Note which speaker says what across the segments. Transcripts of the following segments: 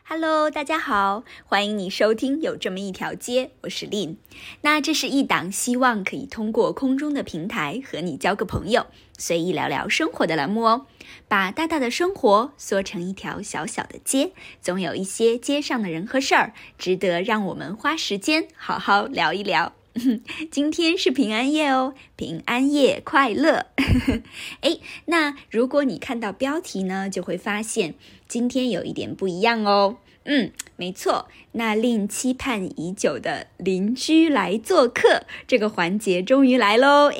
Speaker 1: Hello， 大家好，欢迎你收听有这么一条街，我是 Lin。那这是一档希望可以通过空中的平台和你交个朋友，随意聊聊生活的栏目哦。把大大的生活缩成一条小小的街，总有一些街上的人和事儿，值得让我们花时间好好聊一聊。今天是平安夜哦，平安夜快乐。那如果你看到标题呢，就会发现今天有一点不一样哦。没错，那令期盼已久的邻居来做客这个环节终于来咯。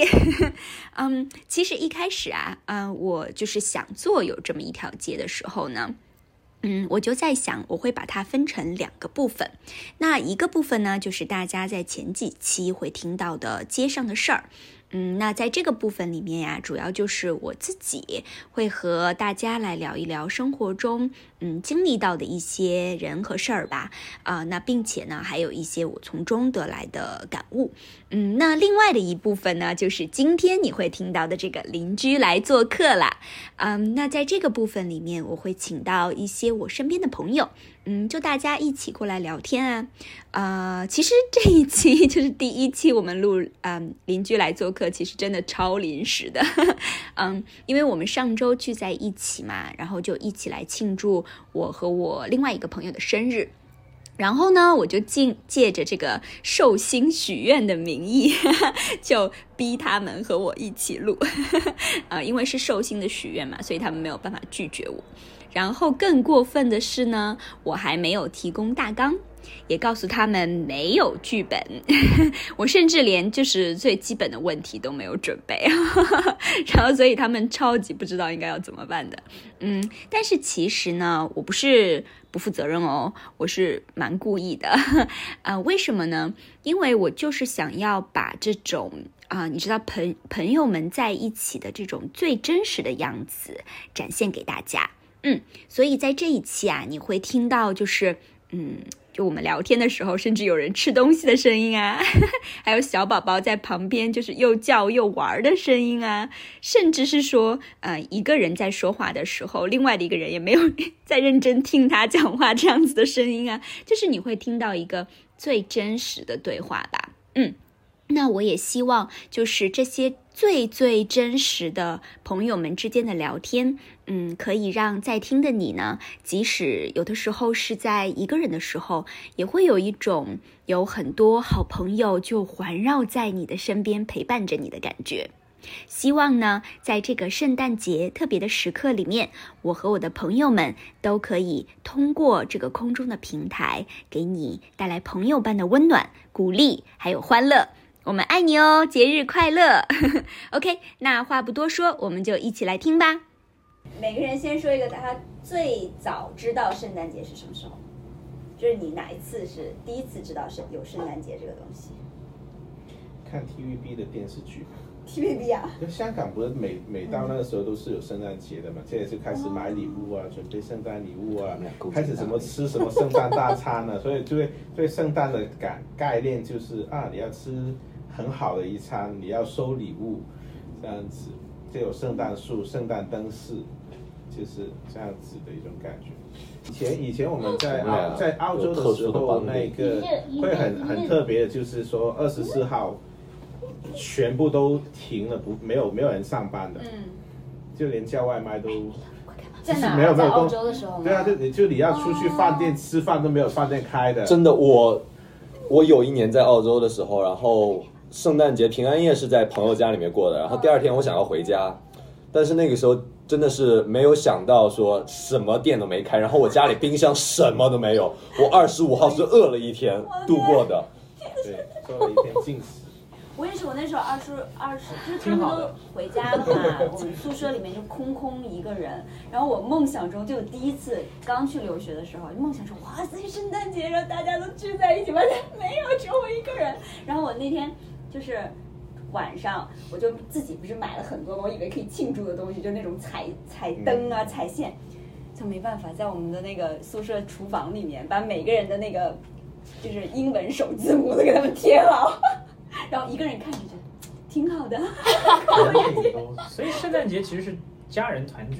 Speaker 1: 其实一开始我就是想做有这么一条街的时候呢，我就在想，我会把它分成2个部分。那一个部分呢，就是大家在前几期会听到的街上的事儿。那在这个部分里面呀，主要就是我自己会和大家来聊一聊生活中经历到的一些人和事儿吧。那并且呢，还有一些我从中得来的感悟。那另外的一部分呢，就是今天你会听到的这个邻居来做客啦。那在这个部分里面，我会请到一些我身边的朋友，就大家一起过来聊天啊。其实这一期就是第1期我们录邻居来做客，其实真的超临时的。因为我们上周聚在一起嘛，然后就一起来庆祝我和我另外一个朋友的生日。然后呢，我就借着这个寿星许愿的名义就逼他们和我一起录因为是寿星的许愿嘛，所以他们没有办法拒绝我。然后更过分的是呢，我还没有提供大纲，也告诉他们没有剧本我甚至连就是最基本的问题都没有准备然后所以他们超级不知道应该要怎么办的。但是其实呢，我不是不负责任哦，我是蛮故意的为什么呢？因为我就是想要把这种你知道朋友们在一起的这种最真实的样子展现给大家。所以在这一期你会听到就是就我们聊天的时候，甚至有人吃东西的声音还有小宝宝在旁边就是又叫又玩的声音甚至是说一个人在说话的时候，另外的一个人也没有在认真听他讲话这样子的声音就是你会听到一个最真实的对话吧。那我也希望就是这些最最真实的朋友们之间的聊天可以让在听的你呢，即使有的时候是在一个人的时候，也会有一种有很多好朋友就环绕在你的身边陪伴着你的感觉。希望呢，在这个圣诞节特别的时刻里面，我和我的朋友们都可以通过这个空中的平台，给你带来朋友般的温暖、鼓励还有欢乐。我们爱你哦，节日快乐OK， 那话不多说，我们就一起来听吧。每个人先说一个他最早知道圣诞节是什么时候，就是你哪一次是第一次知道有圣诞节这个东西？
Speaker 2: 看 TVB 的电视剧。
Speaker 1: TVB
Speaker 2: 香港不是每到那个时候都是有圣诞节的嘛，现在就开始买礼物准备圣诞礼物开始吃什么圣诞大餐所以对圣诞的概念就是你要吃很好的一餐，你要收礼物，这样子就有圣诞树、圣诞灯饰，就是这样子的一种感觉。以前我们在澳洲的时候，那个会很特别的，就是说24号全部都停了，没有人上班的，就连叫外卖都。
Speaker 1: 在哪？
Speaker 2: 没有
Speaker 1: 在澳洲的时候吗？
Speaker 2: 对啊，就你要出去饭店吃饭都没有饭店开的。
Speaker 3: 真的，我有一年在澳洲的时候，然后圣诞节平安夜是在朋友家里面过的，然后第2天我想要回家，但是那个时候真的是没有想到说什么店都没开，然后我家里冰箱什么都没有，我25号是饿了1天度过的。
Speaker 2: 对，做了1天禁食。
Speaker 1: 我也是，我那时候20就是他们都回家了嘛，我们宿舍里面就空一个人。然后我梦想中就第一次刚去留学的时候，梦想说哇塞，圣诞节让大家都聚在一起，发现没有，只有我一个人。然后我那天就是晚上，我就自己不是买了很多我以为可以庆祝的东西，就那种彩灯彩线，就没办法在我们的那个宿舍厨房里面把每个人的那个就是英文首字母都给他们贴好。然后一个人看着觉得挺好的
Speaker 4: 所以圣诞节其实是家人团聚的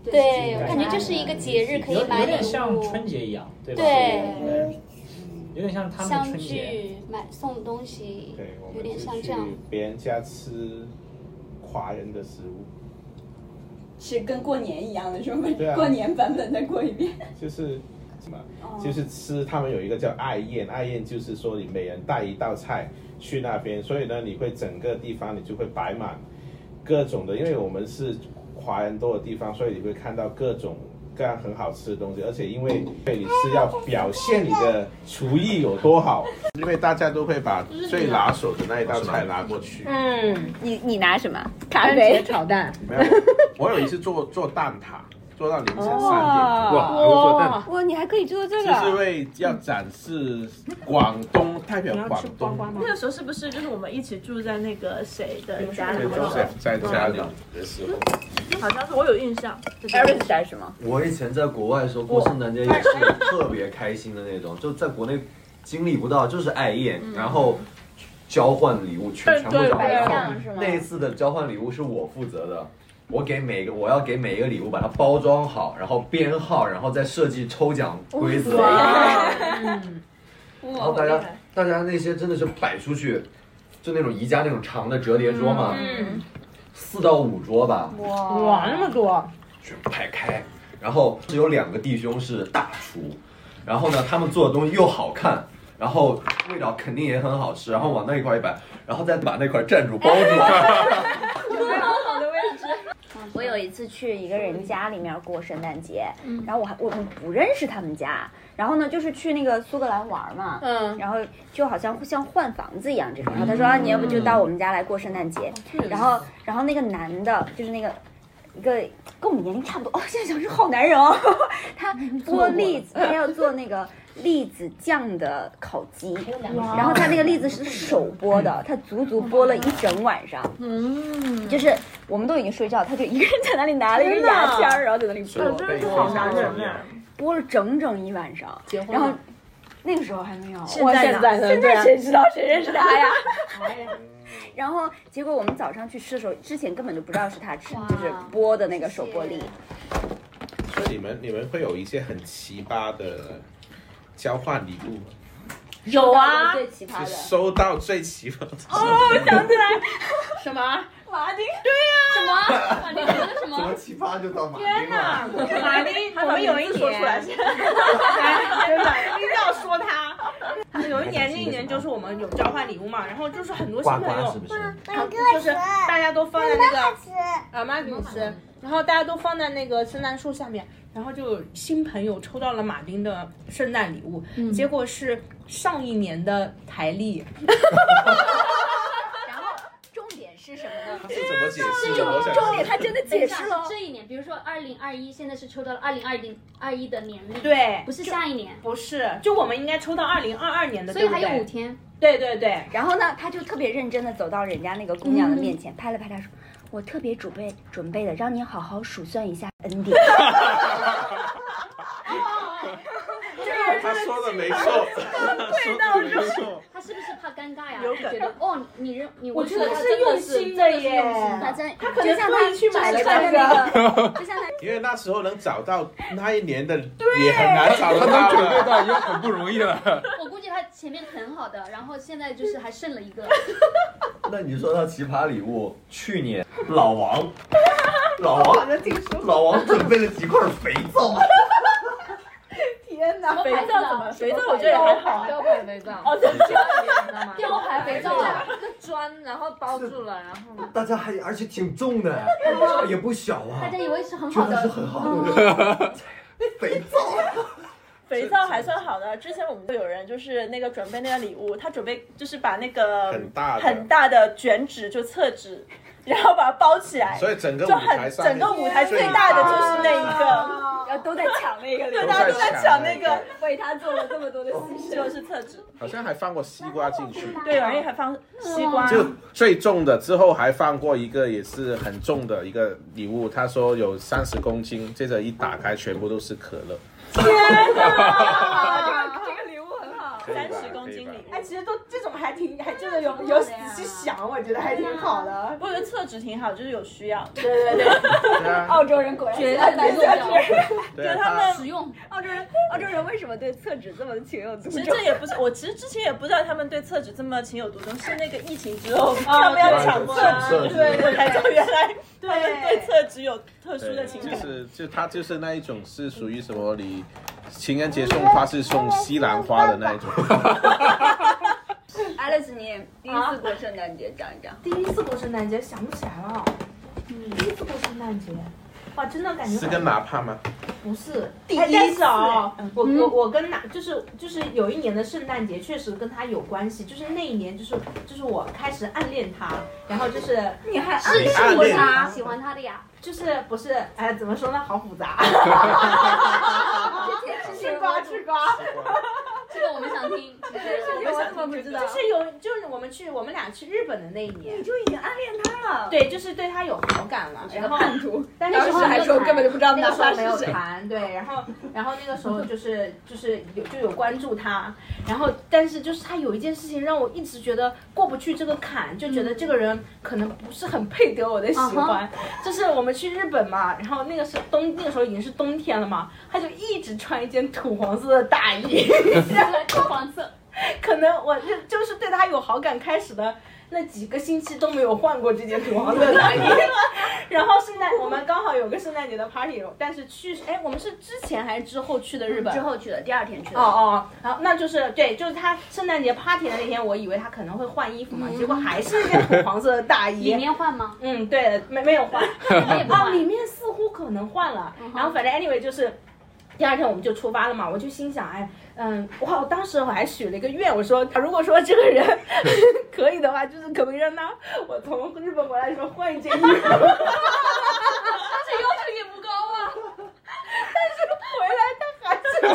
Speaker 4: 对，我感觉就是一个节日可以买礼物，
Speaker 5: 有点像春节一样，对吧？
Speaker 4: 对，
Speaker 5: 有点像他们的
Speaker 4: 相
Speaker 5: 春节。
Speaker 4: 聚买送东西，
Speaker 2: 对，我
Speaker 4: 有点
Speaker 2: 们是去
Speaker 4: 像这样。
Speaker 2: 别人家吃华人的食物，
Speaker 1: 是跟过年一样的，是吗？
Speaker 2: 对啊
Speaker 1: 过年版本再过一遍。
Speaker 2: 就是什么？就是吃，他们有一个叫爱宴，爱宴就是说你每人带一道菜去那边，所以呢，你会整个地方你就会摆满各种的，因为我们是华人多的地方，所以你会看到各种各样很好吃的东西，而且因为你是要表现你的厨艺有多好，因为大家都会把最拿手的那一道菜拿过去。
Speaker 1: 你拿什么？咖啡
Speaker 6: 炒蛋。
Speaker 2: 没有，我有一次做蛋挞，做到凌晨3点，哇，我做蛋挞。
Speaker 1: 哇，你还可以做这
Speaker 2: 就是
Speaker 1: 个？
Speaker 2: 为要展示广东，代表广东。
Speaker 6: 那个时候是不是就是我们一起住在那个谁的家里
Speaker 2: 对
Speaker 6: 面？
Speaker 2: ，Joseph 在家里的时候，
Speaker 6: 好像是我有印象。
Speaker 1: Aris 带什么？
Speaker 3: 我以前在国外的时候过圣诞节也是特别开心的那种，就在国内经历不到，就是爱宴，然后交换礼物全部找
Speaker 1: 对
Speaker 3: 然后
Speaker 1: 是吗
Speaker 3: 那一次的交换礼物是我负责的。我要给每一个礼物把它包装好，然后编号，然后再设计抽奖规则。然后大家那些真的是摆出去，就那种宜家那种长的折叠桌嘛，4到5桌吧，
Speaker 6: 哇，那么多！
Speaker 3: 全部排开。然后是有2个弟兄是大厨，然后呢，他们做的东西又好看，然后味道肯定也很好吃，然后往那一块一摆，然后再把那块站住包住。
Speaker 1: 我有一次去一个人家里面过圣诞节，然后我们不认识他们家，然后呢就是去那个苏格兰玩嘛，然后就好像像换房子一样这种，然后他说你要不就到我们家来过圣诞节，然后那个男的就是那个一个跟我们年龄差不多，现在想是好男人哦，他剥栗子，他要做那个栗子酱的烤鸡，然后他那个栗子是手剥的，他足足剥了一整晚上，就是我们都已经睡觉，他就一个人在那里拿了一个牙签，然后在那里剥，
Speaker 6: 真的是好男人呢。
Speaker 1: 剥了整一晚上，然后那个时候还没有，
Speaker 6: 现在
Speaker 1: 谁知道谁认识他呀？然后结果我们早上去吃的时候，之前根本就不知道是他吃，就是剥的那个手剥栗。
Speaker 2: 所以你们会有一些很奇葩的交换礼物，
Speaker 6: 有啊，
Speaker 1: 最奇葩的
Speaker 2: 收到最奇葩的。
Speaker 6: 我想起来，什么？
Speaker 1: 马丁，
Speaker 4: 什么？马丁说的什么？
Speaker 3: 奇葩就到马
Speaker 6: 天哪，马丁，我们有一年说出来，真的一定要说他。有一年就是我们有交换礼物嘛，然后就是很多新朋友，就是大家都放在那个马丁斯，然后大家都放在那个圣诞树下面，然后就有新朋友抽到了马丁的圣诞礼物，结果是上一年的台历。
Speaker 1: 是什么呢？
Speaker 2: 是怎么解释的？我想
Speaker 1: 重点他真的解释了。
Speaker 4: 这一年，比如说2021，现在是抽到了2021的年历，
Speaker 6: 对，
Speaker 4: 不是下一年，
Speaker 6: 不是，就我们应该抽到2022年的，
Speaker 4: 所以还有
Speaker 6: 对不对
Speaker 4: 5天。
Speaker 6: 对对对，
Speaker 1: 然后呢，他就特别认真的走到人家那个姑娘的面前，拍了拍她说：“我特别准备的，让你好好数算一下恩典。”
Speaker 2: 他说的没错，说的没错。
Speaker 4: 他是不是怕尴尬呀？
Speaker 6: 有可能
Speaker 4: 觉得哦，
Speaker 6: 我觉得他是用心的耶，
Speaker 1: 他真，
Speaker 6: 他可能特意去买了这
Speaker 1: 个，就像他，
Speaker 2: 因为那时候能找到那一年的也很难找得到
Speaker 7: 准备
Speaker 2: 了。
Speaker 7: 到已经很不容易了。
Speaker 4: 我估计他前面很好的，然后现在就是还剩了一个。
Speaker 3: 那你说他奇葩礼物，去年老王准备了几块肥皂。
Speaker 6: 天哪，肥皂怎么？肥皂
Speaker 4: 皂
Speaker 6: 我觉得还好，
Speaker 8: 标牌肥皂，
Speaker 6: 哦，真的，
Speaker 4: 标牌肥皂啊，
Speaker 8: 一个砖，然后包住了，然后
Speaker 3: 大家而且挺重的，也不小啊
Speaker 4: 大，家以为是很好的，
Speaker 3: 觉得是很好的肥皂。
Speaker 6: 肥皂还算好的。之前我们就有人就是那个准备那个礼物，他准备就是把那个很大的卷纸就厕纸，然后把它包起来，
Speaker 2: 所以整个
Speaker 6: 就
Speaker 2: 舞台上面
Speaker 6: 整个舞台最大的就是那一个，
Speaker 1: 然后都在抢那个礼物，
Speaker 6: 对，大家都在抢那个，
Speaker 1: 为他做了这么多的牺牲，
Speaker 6: 就是厕纸。
Speaker 2: 好像还放过西瓜进去。
Speaker 6: 对，然后还放西瓜，
Speaker 2: 就最重的，之后还放过一个也是很重的一个礼物，他说有30公斤，接着一打开全部都是可乐。
Speaker 6: 天哪！
Speaker 1: 这个礼物很好。
Speaker 6: 30公斤礼物，
Speaker 1: 哎，
Speaker 6: 哎，其实都这种还真的有仔细想，我觉得还挺好的。
Speaker 7: 我觉得厕纸挺好，就是有需要。
Speaker 6: 对对对，
Speaker 1: 澳洲人果然
Speaker 4: 绝对没错，
Speaker 6: 对他们
Speaker 4: 实用。
Speaker 1: 澳洲人为什么对厕纸这么情有独钟？
Speaker 7: 其实这也不是，我其实之前也不知道他们对厕纸这么情有独钟，是那个疫情之后，他们要抢厕纸，对，才知道原来他们对厕纸有特殊的情感。
Speaker 2: 他就是那一种是属于什么你情人节送花是送西兰花的那一种。
Speaker 1: Alice， 你第一次过圣诞节讲一讲。
Speaker 6: 第一次过圣诞节想不起来了。第一次过圣诞节，哇，真的感觉
Speaker 2: 是跟哪怕吗？
Speaker 6: 不是第一次哦，我跟就是有一年的圣诞节确实跟他有关系，就是那一年就是我开始暗恋他，然后就是
Speaker 1: 你还
Speaker 4: 是我他喜欢他的呀？
Speaker 6: 就是不是哎怎么说呢，好复杂。吃瓜。
Speaker 4: 这个我们想听，
Speaker 1: 我怎么不知道？
Speaker 6: 就是我们俩去日本的那一年，
Speaker 1: 你就已经暗恋他了。
Speaker 6: 对，就是对他有好感了，然后
Speaker 1: 叛徒。
Speaker 6: 但那时候
Speaker 1: 还说根本就不知道
Speaker 6: 那个时候没有
Speaker 1: 是谁。
Speaker 6: 谈，对，然后那个时候就是有关注他，然后但是就是他有一件事情让我一直觉得过不去这个坎，就觉得这个人可能不是很配得我的喜欢。就是我们去日本嘛，然后那个时候已经是冬天了嘛，他就一直穿一件土黄色的大衣。
Speaker 4: 土黄色，
Speaker 6: 可能我就是对他有好感开始的那几个星期都没有换过这件土黄色的大衣。然后我们刚好有个圣诞节的 party， 但是我们是之前还是之后去的日本？
Speaker 1: 之后去的，第二天去的。
Speaker 6: 然后那就是对，就是他圣诞节 party 的那天，我以为他可能会换衣服嘛，结果还是那件土黄色的大衣。
Speaker 4: 里面换吗？
Speaker 6: 对，没有换。里面似乎可能换了。然后反正 anyway 就是。第二天我们就出发了嘛，我就心想，我当时我还许了一个愿，我说，如果说这个人可以的话，就是可不可以让我从日本回来的时候换一件衣服？这要求
Speaker 4: 也不高啊。
Speaker 6: 但是回来他还是穿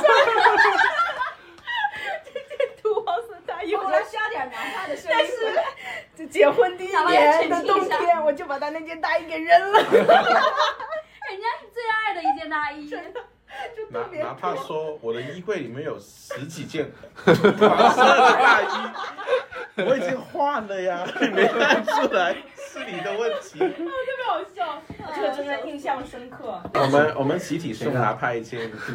Speaker 6: 这件土黄色大衣，
Speaker 1: 我要加点男派的声音。
Speaker 6: 但是就结婚第一年的冬天，我就把他那件大衣给扔了。
Speaker 4: 人家是最爱的一件大衣。
Speaker 6: 真的。
Speaker 2: 哪怕说我的衣柜里面有10几件黄色的大衣，我已经换了呀，你没看出来是你的问题。
Speaker 6: 特别好笑，这个真的印象深刻。
Speaker 2: 我们集体送哪怕一件土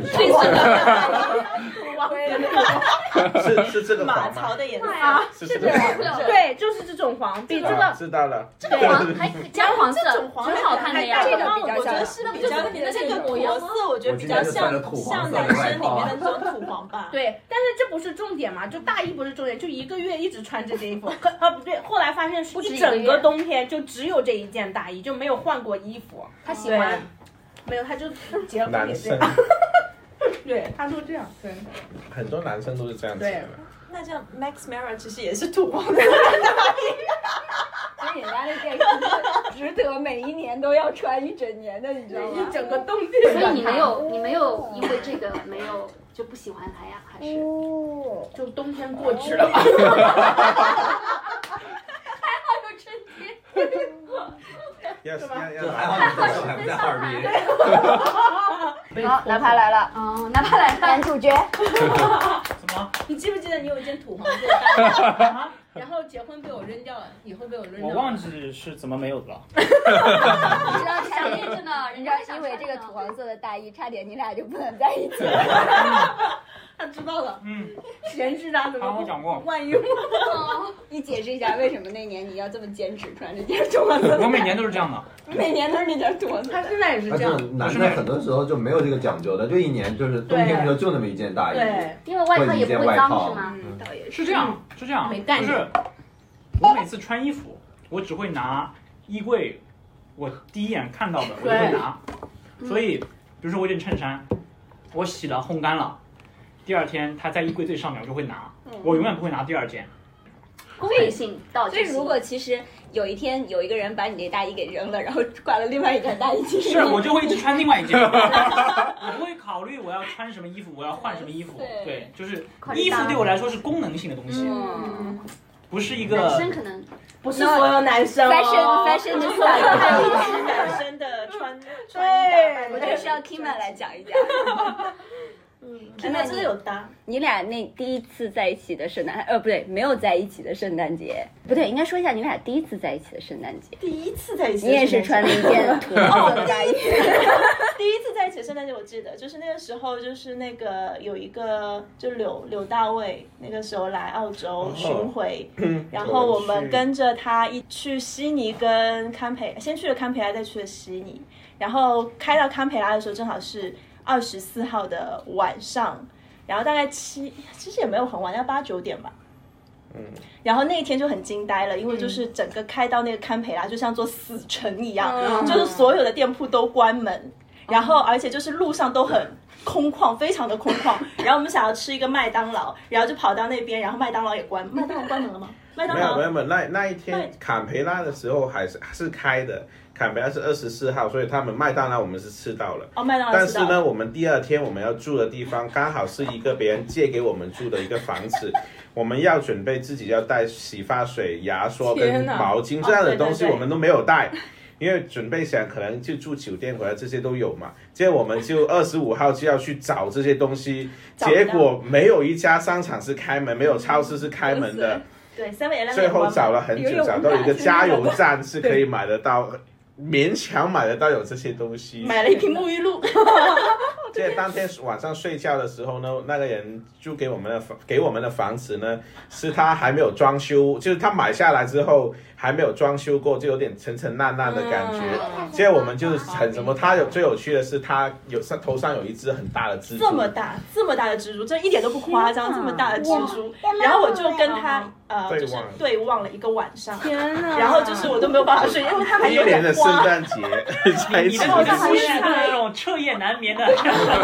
Speaker 2: 黄色，是这个黄吗？
Speaker 7: 马槽的颜色
Speaker 2: 是这个黄，
Speaker 6: 对，就是这种黄，比这个
Speaker 2: 知道了。
Speaker 4: 这个黄还姜黄色，挺好看的呀。
Speaker 1: 这个比较像，
Speaker 7: 比较你的这个国色，我觉得比较像男生里面的那种土黄吧。
Speaker 6: 对，但是这不是重点嘛，就大衣不是重点，就一个月一直穿这件衣服。不对，后来发现是一整个冬天就只有这一件大衣，就没有换过衣服。
Speaker 4: 他喜欢，
Speaker 6: 没有，他就结婚也这样。对，他都这样。对，
Speaker 2: 很多男生都是这样子的。
Speaker 7: 那这样 Max Mara 其实也是土黄色。
Speaker 1: 所以人家那件值得每一年都要穿一整年的，你知道吗？
Speaker 6: 一整个冬天。
Speaker 4: 所以你没有因为这个没有就不喜欢他呀？还是？
Speaker 6: 就冬天过去了吧。
Speaker 4: 还好有春天。
Speaker 3: 还好你在上海不在哈尔滨。
Speaker 1: 好，哪怕来了。
Speaker 4: 哪怕来了。
Speaker 1: 男主角。
Speaker 5: 什么？
Speaker 6: 你记不记得你有一件土黄色的大衣？然后结婚被我扔掉了，以后被我扔掉了。
Speaker 5: 我忘记是怎么没有的了。
Speaker 1: 你知道差点
Speaker 4: 真的，
Speaker 1: 你知道因为这个土黄色的大衣，差点你俩就不能在一起了。
Speaker 6: 他知道了，谁知道怎么？
Speaker 5: 我讲过。
Speaker 6: 万一
Speaker 1: 你解释一下为什么那年你要这么坚持穿这件土黄色？
Speaker 5: 我每年都是这样的。
Speaker 1: 每年都是那件土黄色。
Speaker 6: 他现在也是这样。
Speaker 3: 男的很多时候就没有这个讲究的，就一年就是冬天的时候就那么一件大衣，
Speaker 6: 对，
Speaker 4: 因为外套也不会脏是吗？
Speaker 1: 倒也
Speaker 5: 是这样，就是我每次穿衣服，我只会拿衣柜我第一眼看到的，我就会拿。所以，比如说我这件衬衫，我洗了烘干了，第二天它在衣柜最上面，我就会拿。我永远不会拿第二件。
Speaker 4: 功能性到
Speaker 1: 所以如果其实有一天有一个人把你这大衣给扔了，然后挂了另外一件大衣，其实
Speaker 5: 是我就会一直穿另外一件。我不会考虑我要穿什么衣服，我要换什么衣服。对，就是衣服对我来说是功能性的东西。不是一个
Speaker 4: 男生可能
Speaker 6: 不是所有男生
Speaker 1: fashion 的色彩，
Speaker 7: 男生的穿衣打扮，
Speaker 1: 我觉得需要 Kima 来讲一讲。
Speaker 7: 那真的有搭。
Speaker 1: 你俩那第一次在一起的圣诞，不对，没有在一起的圣诞节，不对，应该说一下你俩第一次在一起的圣诞节。
Speaker 7: 第一次在一起，
Speaker 1: 你也是穿了一件土色的大衣。
Speaker 7: 第一次在一起的圣诞节我记得，就是那个时候，就是那个有一个就柳大卫那个时候来澳洲巡回，然后我们跟着他一去悉尼跟堪培，先去了堪培拉，再去了悉尼，然后开到堪培拉的时候正好是24号的晚上，然后大概其实也没有很晚，要8、9点吧。然后那一天就很惊呆了，因为就是整个开到那个堪培拉就像座死城一样，就是所有的店铺都关门，然后而且就是路上都很空旷，非常的空旷。然后我们想要吃一个麦当劳，然后就跑到那边，然后麦当劳也关门了吗？麦当劳
Speaker 2: 没有，那一天坎培拉的时候还是开的。坎培拉是24号，所以他们麦当劳我们是吃到了。
Speaker 7: 麦当劳
Speaker 2: 但是呢，我们第二天我们要住的地方刚好是一个别人借给我们住的一个房子，我们要准备自己要带洗发水、牙刷跟毛巾这样的东西，我们都没有带。因为准备想可能就住酒店回来这些都有嘛，结果我们就25号就要去找这些东西，结果没有一家商场是开门，没有超市是开门的。
Speaker 7: 对，7-Eleven
Speaker 2: 最后找了很久，找到一个加油站是可以买得到，勉强买得到有这些东西。
Speaker 7: 买了一瓶沐浴露。
Speaker 2: 这当天晚上睡觉的时候呢，那个人租给我们的房子呢，是他还没有装修，就是他买下来之后还没有装修过，就有点沉沉烂烂的感觉。结果我们就是很什么，他最有趣的是他头上有一只很大的蜘蛛，
Speaker 7: 这么大的蜘蛛，这一点都不夸张，这么大的蜘蛛。然后我就跟他就是对望了一个晚上，天哪！然后就是我都没有办法睡，因为他还有点
Speaker 2: 花。今年的圣诞节在一起，
Speaker 5: 你的故事都是那种彻夜难眠的。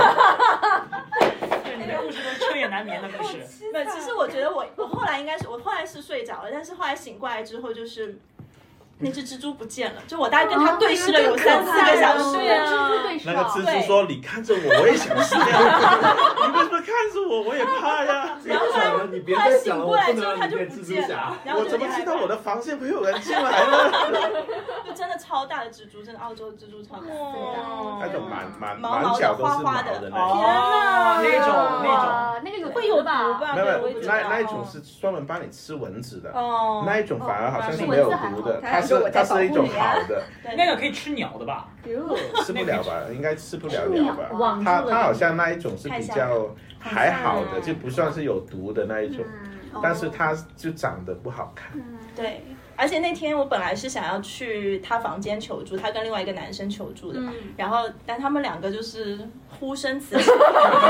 Speaker 5: 对，你的故事都是彻夜难眠的故事。
Speaker 7: 没有，其实我觉得我后来是睡着了，但是后来醒过来之后就是那只蜘蛛不见了，就我大概跟他对视了有3-4个小时。
Speaker 4: 对啊，
Speaker 2: 那个蜘蛛说：“你看着我，我也想死掉。你为什么看着我？我也怕呀。”
Speaker 7: 然后后来醒过来之后他就不见了。
Speaker 2: 我怎么知道我的房间没有人进来呢？
Speaker 7: 就真的超大的蜘蛛，真的澳洲蜘蛛超大，
Speaker 2: 那种满脚都是毛的那种。
Speaker 7: 天哪，
Speaker 4: 那个
Speaker 7: 会有吧？
Speaker 2: 没有，那一种是专门帮你吃蚊子的。那一种反而好像是没有毒的，它是一种好的。
Speaker 5: 那个可以吃鸟的吧？
Speaker 2: 吃不了吧？应该吃不了鸟吧？它好像那一种是比较还好的，就不算是有毒的那一种，但是它就长得不好看。
Speaker 7: 对。而且那天我本来是想要去他房间求助，他跟另外一个男生求助的，然后但他们2个就是呼声此起。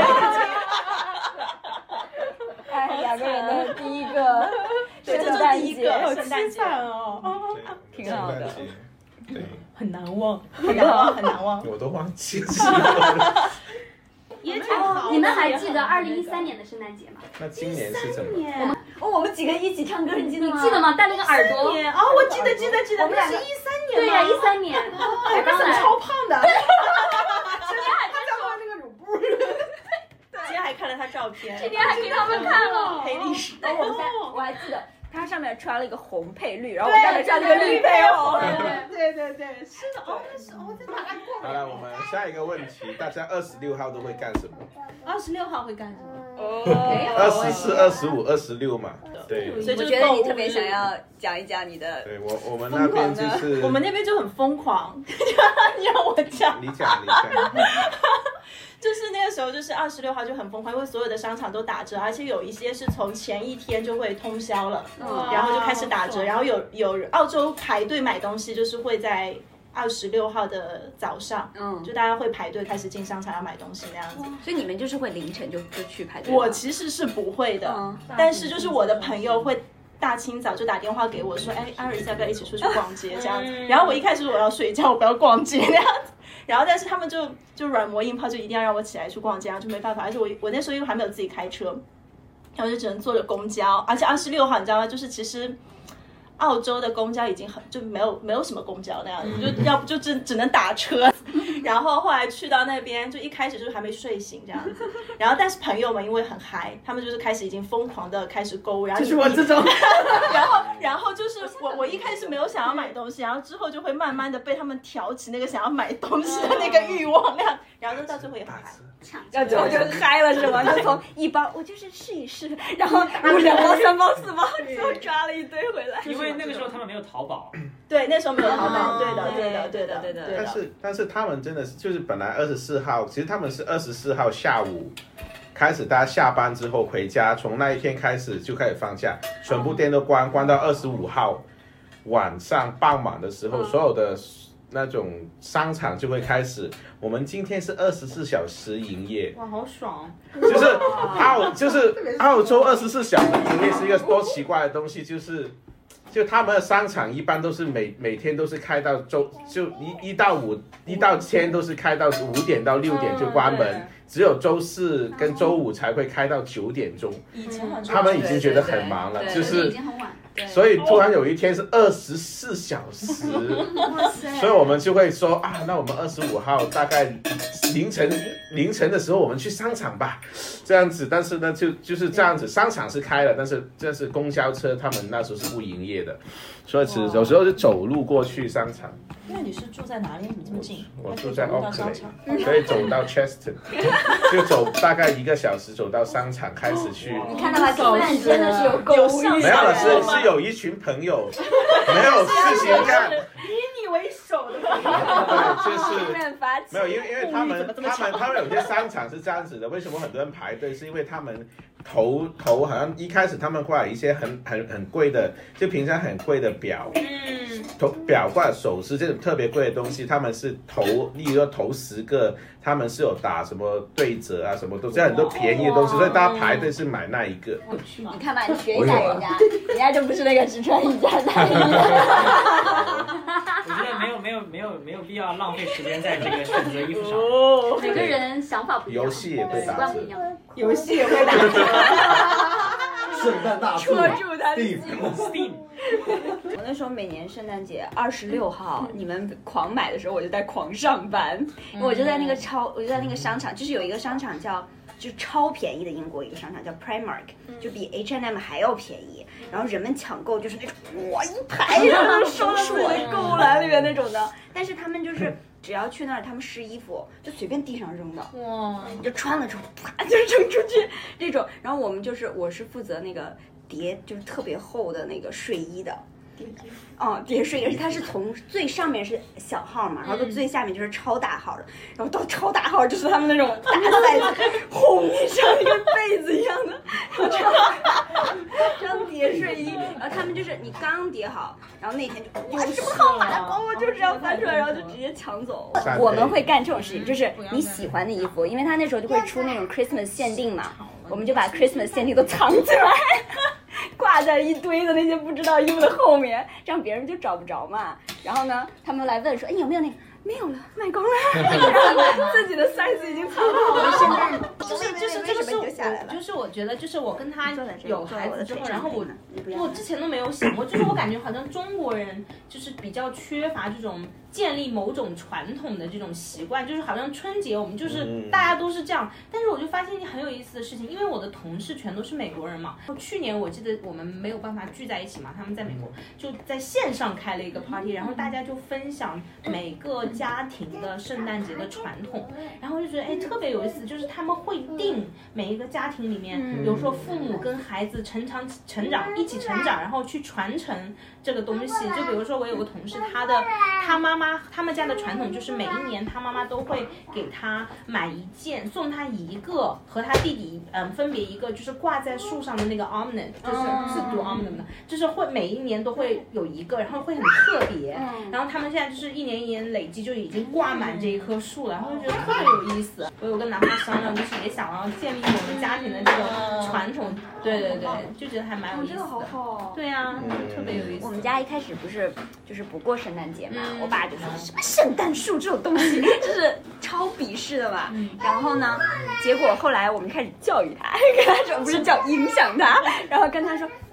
Speaker 1: 2个人的第一个圣诞节，
Speaker 7: 好凄惨哦，
Speaker 1: 挺好的，
Speaker 2: 对，
Speaker 7: 很难忘。
Speaker 2: 我都忘记了。
Speaker 4: 也挺好。你们还记得2013年的圣诞节吗？
Speaker 2: 那今年是怎么？
Speaker 1: 我们几个一起唱歌，你记得吗？
Speaker 4: 记得吗？戴那个耳朵。
Speaker 7: 我记得，我们俩是13年。
Speaker 4: 对呀，13年。
Speaker 7: 我刚才超胖的。
Speaker 6: 今天还看到那个乳布。
Speaker 7: 今天还看了他照片。
Speaker 4: 今天还给他们看了。
Speaker 7: 黑历史。
Speaker 1: 我还记得。它上面穿了一个红配绿，然后我刚才穿那个绿配红。
Speaker 6: 对，是的，在哪里过？
Speaker 2: 好了，我们下一个问题，大家26号都会干什么
Speaker 7: ？26号会干什么
Speaker 2: ？24、25、26嘛。对。
Speaker 1: 所以我觉得你特别想要讲一讲你的。
Speaker 2: 对我们那边就是。
Speaker 7: 我们那边就很疯狂。你让我讲。
Speaker 2: 你讲。
Speaker 7: 就是那个时候，就是26号就很疯狂，因为所有的商场都打折，而且有一些是从前一天就会通宵了，然后就开始打折，然后有澳洲排队买东西，就是会在26号的早上，就大家会排队开始进商场要买东西那样子。
Speaker 1: 所以你们就是会凌晨就去排队？
Speaker 7: 我其实是不会的，但是就是我的朋友会。大清早就打电话给我说，阿瑞要不要一起出去逛街这样子？然后我一开始说我要睡觉，我不要逛街那样子。然后但是他们就软磨硬泡，就一定要让我起来去逛街，然后就没办法。而且我那时候因为还没有自己开车，然后就只能坐着公交。而且26号你知道吗？就是其实澳洲的公交已经就没有什么公交那样子，就要不就只能打车。然后后来去到那边，就一开始就是还没睡醒这样子，然后但是朋友们因为很嗨，他们就是开始已经疯狂的开始购物，然后
Speaker 6: 就是我这种，
Speaker 7: 然后就是我一开始没有想要买东西，然后之后就会慢慢的被他们挑起那个想要买东西的那个欲望，那样，然后到最后也很嗨。
Speaker 1: 然后就嗨了是吗？就从1包我就是试一试，然后2包3包4包，最后抓了一堆回来。
Speaker 5: 因为那个时候他们没有淘宝，
Speaker 7: 对，那时候没有淘宝，对的。
Speaker 2: 但是他们真的是就是本来24号，其实他们是24号下午开始，大家下班之后回家，从那一天开始就开始放假，全部店都关到25号晚上傍晚的时候，所有的那种商场就会开始，我们今天是24小时营业。
Speaker 6: 哇，好爽！
Speaker 2: 就是澳洲24小时营业是一个多奇怪的东西，就他们的商场一般都是每天都是开到就1到5，1到10都是开到5点到6点就关门，只有周4跟周5才会开到9点钟。他们已经觉得很忙了，就是所以突然有一天是24小时，所以我们就会说啊，那我们25号大概凌晨的时候我们去商场吧，这样子。但是呢，就是这样子，商场是开了，但是这是公交车他们那时候是不营业的，所以有时候就走路过去商场。
Speaker 7: 那你是住在哪里？怎么这么近？
Speaker 2: 我住在 Auckland， 可以走到 Cheston， 就走大概1个小时走到商场开始去。
Speaker 1: 你看到吗？真的是有购物欲。
Speaker 2: 没有了，是有一群朋友没有事情干，
Speaker 6: 以你为首的朋友，
Speaker 2: 对，就是没有，因为他们有些商场是这样子的，为什么很多人排队？是因为他们头好像一开始他们会有一些很贵的，就平常很贵的表，表或者首饰这种特别贵的东西，他们是例如说头10个，他们是有打什么对折啊，什么都是很多便宜的东西，所以大家排队是买那一个。
Speaker 1: 你看吧，你学一下人家就不是那个只穿1件单衣的。
Speaker 5: 我觉得没有必要浪费时间在这个选择衣服上。
Speaker 4: 每个人想法不一样，
Speaker 2: 游戏也会打折，
Speaker 6: 游戏也会打折。
Speaker 3: 圣诞大促，
Speaker 1: 戳住他的
Speaker 5: Steam。
Speaker 1: 我那时候每年圣诞节26号，你们狂买的时候，我就在狂上班，因为我就在那个商场，就是有一个商场就超便宜的英国一个商场叫 Primark， 就比 H&M 还要便宜，然后人们抢购就是那种哇一排然后收到自己的购物篮里面那种的，但是他们就是只要去那儿，他们试衣服就随便地上扔的，哇，你就穿了之后啪就扔出去这种，然后我是负责那个叠就是特别厚的那个睡衣的。叠睡，而且它是从最上面是小号嘛，然后到最下面就是超大号的，然后到超大号就是他们那种大赛后面像一个被子一样的，然后这样叠睡衣，然后他们就是你刚叠好，然后那天就哇这么好把它包我就这样翻出来，然后就直接抢走。我们会干这种事情，就是你喜欢的衣服，因为他那时候就会出那种 Christmas 限定嘛，我们就把 Christmas 限定都藏起来。挂在一堆的那些不知道衣服的后面，这样别人就找不着嘛。然后呢，他们来问说：“哎，有没有那个？没有了，卖光了。”自己的 size 已经藏好了。圣诞
Speaker 7: 就是这个是，就是我觉得就是我跟他有孩子之后，然后我之前都没有想过，就是我感觉好像中国人就是比较缺乏这种建立某种传统的这种习惯，就是好像春节我们就是大家都是这样，但是我就发现一件很有意思的事情，因为我的同事全都是美国人嘛，去年我记得我们没有办法聚在一起嘛，他们在美国就在线上开了一个 party， 然后大家就分享每个家庭的圣诞节的传统，然后我就觉得特别有意思，就是他们会定每一个家庭里面，比如说父母跟孩子成长一起成长，然后去传承这个东西。就比如说我有个同事，他们家的传统就是每一年他妈妈都会给他买一件，送他一个和他弟弟分别一个，就是挂在树上的那个 ornament， 就是读 ornament 的，就是会每一年都会有一个，然后会很特别。然后他们现在就是一年一年累积就已经挂满这一棵树了，然后就觉得特别有意思。我有跟男朋友商量，就是也想要建立我们家庭的这个传统，对，就觉得还蛮有意思的。好好。对啊，特别有意思。
Speaker 1: 我们家一开始就是不过圣诞节嘛，我爸就说什么圣诞树这种东西就是超鄙视的嘛。然后呢，结果后来我们开始教育他，跟他说不是影响他，然后跟他说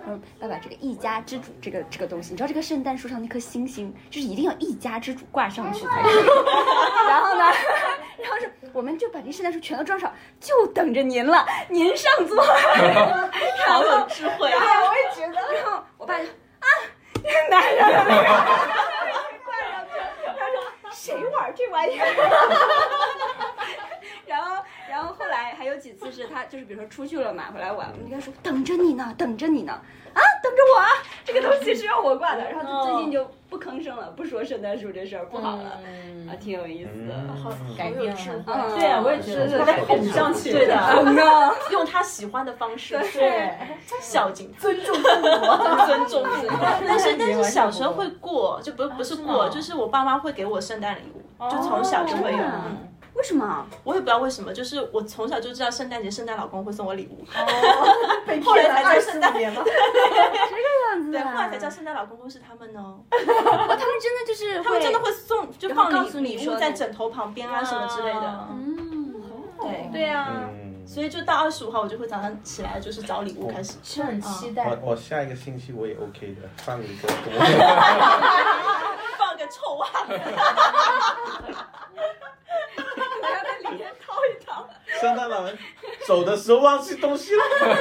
Speaker 1: 他说爸爸，这个一家之主这个东西，你知道这个圣诞树上那颗星星，就是一定要一家之主挂上去才可以。然后呢，然后是我们就把这圣诞树全都装上，就等着您了，您上座。
Speaker 7: 好有智慧啊！
Speaker 1: 我也觉得。然后我爸就拿上了那个挂上去，他说谁玩这玩意儿？然后后来还有几次是他就是比如说出去了嘛，回来晚，我们就跟他说等着你呢，等着你呢，啊，等着我啊，这个东西是要我挂的。然后他最近就不吭声了，不说圣诞树这事儿不好了，啊，挺有意思的，
Speaker 7: 好
Speaker 6: 改变了。
Speaker 7: 对啊，我也觉得他被哄上去，对的，用他喜欢的方式，对，孝敬、尊重父母，尊重父母。但是小时候会过，就不是过，就是我爸妈会给我圣诞礼物，就从小就会有。
Speaker 1: 为什么？
Speaker 7: 我也不知道为什么，就是我从小就知道圣诞节圣诞老公会送我礼物，
Speaker 6: 被
Speaker 7: 后来
Speaker 6: 骗了
Speaker 7: 才知道圣诞
Speaker 6: 年了。
Speaker 1: 这个样子
Speaker 7: 对，后来才知道圣诞老公公是他们呢。
Speaker 1: 他们真的就是
Speaker 7: 他们真的会送，就
Speaker 1: 然后
Speaker 7: 放
Speaker 1: 告诉你说
Speaker 7: 礼物在枕头旁边啊什么之类的。对啊，所以就到25号我就会早上起来就是找礼物开始。
Speaker 6: 是很期待。
Speaker 2: 我下一个星期我也 OK 的，放一个
Speaker 7: 放个臭袜子。
Speaker 1: 我要在里面掏一掏。
Speaker 2: 圣诞老人走的时候忘记东西了。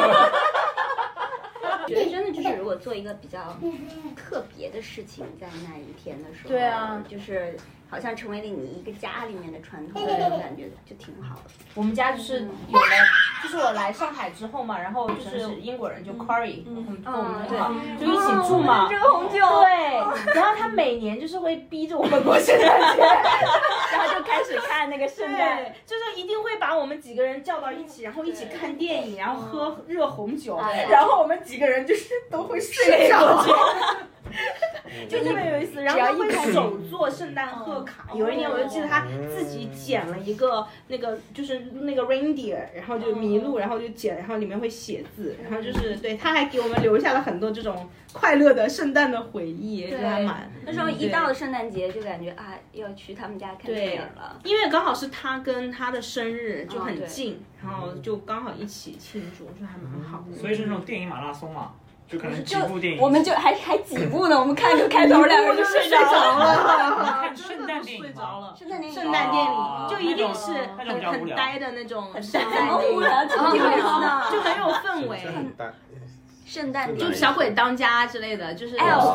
Speaker 1: 觉得真的就是，如果做一个比较特别的事情，在那一天的时候，
Speaker 6: 对啊，
Speaker 1: 就是好像成为了你一个家里面的传统，那种感觉就挺好的。
Speaker 6: 我们家就是有了，就是我来上海之后嘛，然后就是英国人就 Corey，跟我们很好，就一起住嘛。
Speaker 1: 这个红酒。
Speaker 6: 对，然后他每年就是会逼着我们过圣诞节，
Speaker 1: 然后就开始看那个圣诞，
Speaker 6: 就是一定会把我们几个人叫到一起，然后一起看电影，然后喝热红酒，然后我们几个人就是都会睡着。就特别有意思，然后他会手做圣诞贺卡。有一年我就记得他自己剪了一个那个就是那个 reindeer， 然后就麋鹿，然后就剪，然后里面会写字，然后就是对，他还给我们留下了很多这种快乐的圣诞的回忆，就还蛮。
Speaker 1: 那时候一到了圣诞节就感觉啊要去他们家看电影了，
Speaker 6: 因为刚好是他跟他的生日就很近，然后就刚好一起庆祝，就还蛮好的。
Speaker 5: 所以是那种电影马拉松嘛。就可能几部电影，
Speaker 1: 我们就还几部呢，我们看个开头两个人就睡着了。
Speaker 5: 看圣诞电影，
Speaker 6: 睡着了。
Speaker 1: 圣诞电影，
Speaker 6: 圣诞电影就一定是很呆的那种圣诞电影，就很有氛围。
Speaker 1: 圣诞
Speaker 6: 就小鬼当家之类的，就是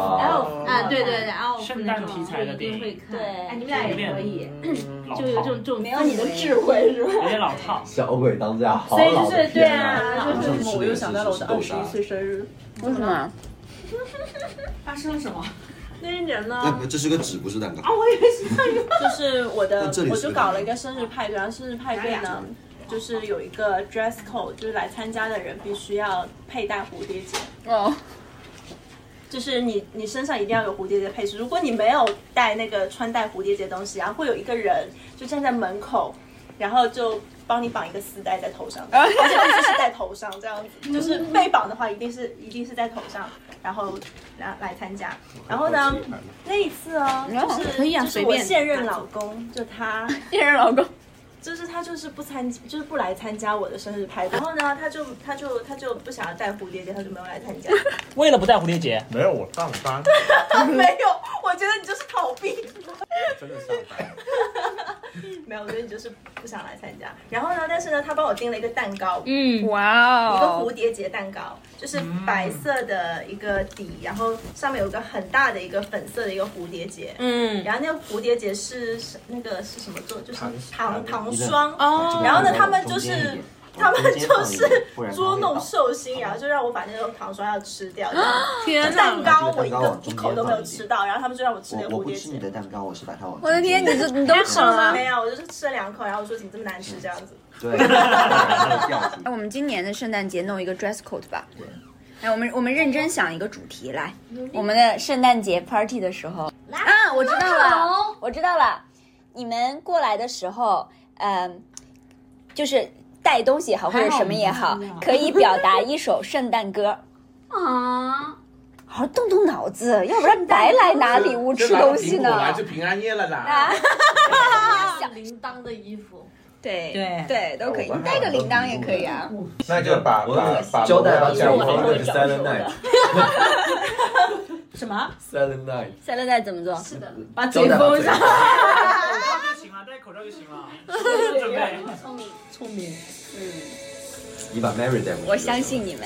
Speaker 1: Elf
Speaker 6: 啊，对对对 ，Elf
Speaker 5: 圣诞题材的电影
Speaker 6: 会看。
Speaker 1: 对，
Speaker 6: 哎，你们俩也可以，就有这种
Speaker 1: 没有你的智慧是吧？
Speaker 5: 有点老套。
Speaker 3: 小鬼当家，好
Speaker 6: 所以就是对
Speaker 3: 啊，
Speaker 6: 就是
Speaker 7: 我又想到了我的21岁生日。
Speaker 1: 为什么？
Speaker 6: 发生了什么？
Speaker 7: 那一年呢？
Speaker 3: 这是个纸，不是蛋糕。
Speaker 7: 啊，我以为是蛋糕。就是我就搞了一个生日派对，然后生日派对呢，就是有一个 dress code， 就是来参加的人必须要佩戴蝴蝶结。
Speaker 1: 哦。
Speaker 7: 就是你身上一定要有蝴蝶结配饰，如果你没有带那个穿戴蝴蝶结的东西，然后会有一个人就站在门口，然后就帮你绑一个丝带在头上，而且必须是在头上这样子，就是被绑的话一定是在头上，然后来参加。然后呢，那一次哦，就是我现任老公，就他
Speaker 1: 现任老公。
Speaker 7: 就是他就是不来参加我的生日派对，然后呢，他就不想要带蝴蝶结，他就没有来参加。
Speaker 5: 为了不带蝴蝶结，
Speaker 2: 没有我上班，
Speaker 7: 没有，我觉得你就是逃避，
Speaker 2: 真的上班。
Speaker 7: 没有，我觉得你就是不想来参加。然后呢，但是呢，他帮我订了一个蛋糕，
Speaker 1: 哇哦，
Speaker 7: 一个蝴蝶结蛋糕，就是白色的一个底，然后上面有个很大的一个粉色的一个蝴蝶结，然后那个蝴蝶结是那个是什么做？就是糖霜哦。然后呢，他们就是捉弄寿星，然后就让我把那个糖霜要吃掉。天哪！蛋糕我一口都没有吃到，然后他们就让我吃那个蝴蝶结。
Speaker 9: 我不吃你的蛋糕，我是把它往。
Speaker 1: 我的天，你都吃了？
Speaker 7: 没有，我就是吃了2口，然后我说怎么这么难吃这样子。
Speaker 9: 对。
Speaker 1: 我们今年的圣诞节弄一个 dress code 吧。对。哎，我们认真想一个主题来，我们的圣诞节 party 的时候啊，我知道了，你们过来的时候，就是带东西也好，或者什么也好，可以表达一首圣诞歌啊，好好动动脑子，要不然白来拿礼物吃东西呢。
Speaker 2: 来就平安夜了啦。
Speaker 8: 铃铛的衣服。
Speaker 1: 对，都可以。你带个铃铛也可以啊。
Speaker 2: 那就把
Speaker 3: 胶带把
Speaker 2: 讲
Speaker 3: 放那个 Silent Night。
Speaker 6: 什么
Speaker 3: Silent Night？
Speaker 1: Silent Night 怎么做？
Speaker 4: 是的，
Speaker 6: 把嘴封上。
Speaker 5: 口罩就行了，戴口罩就行了。准备。
Speaker 6: 聪明。
Speaker 3: 你把 Mary 带过去。
Speaker 1: 我相信你们。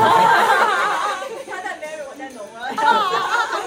Speaker 7: 他带 Mary， 我带龙了。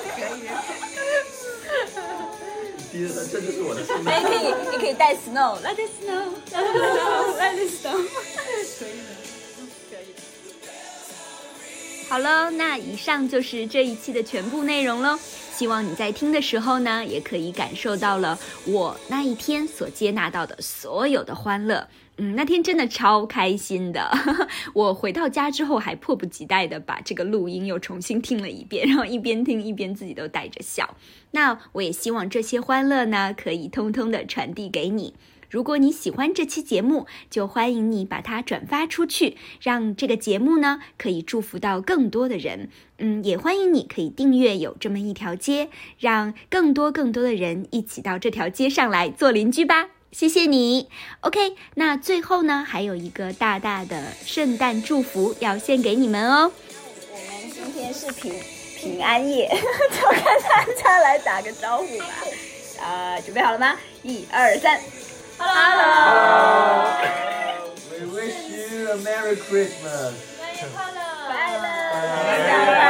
Speaker 3: 第一次，这就是我的圣
Speaker 1: 诞。你可以带 Snow， 来点 Snow， 来点 Snow。可以的。好了，那以上就是这一期的全部内容喽。希望你在听的时候呢，也可以感受到了我那一天所接纳到的所有的欢乐。那天真的超开心的，我回到家之后还迫不及待的把这个录音又重新听了一遍，然后一边听一边自己都带着笑。那我也希望这些欢乐呢，可以通通的传递给你。如果你喜欢这期节目，就欢迎你把它转发出去，让这个节目呢可以祝福到更多的人。也欢迎你可以订阅有这么一条街，让更多的人一起到这条街上来做邻居吧。谢谢你 ，OK。那最后呢，还有一个大大的圣诞祝福要献给你们哦。我们今天是平安夜，就跟大家来打个招呼吧。准备好了吗？1、2、3。
Speaker 3: Hello. We wish you a Merry Christmas.
Speaker 7: 新年快乐！
Speaker 1: 快乐！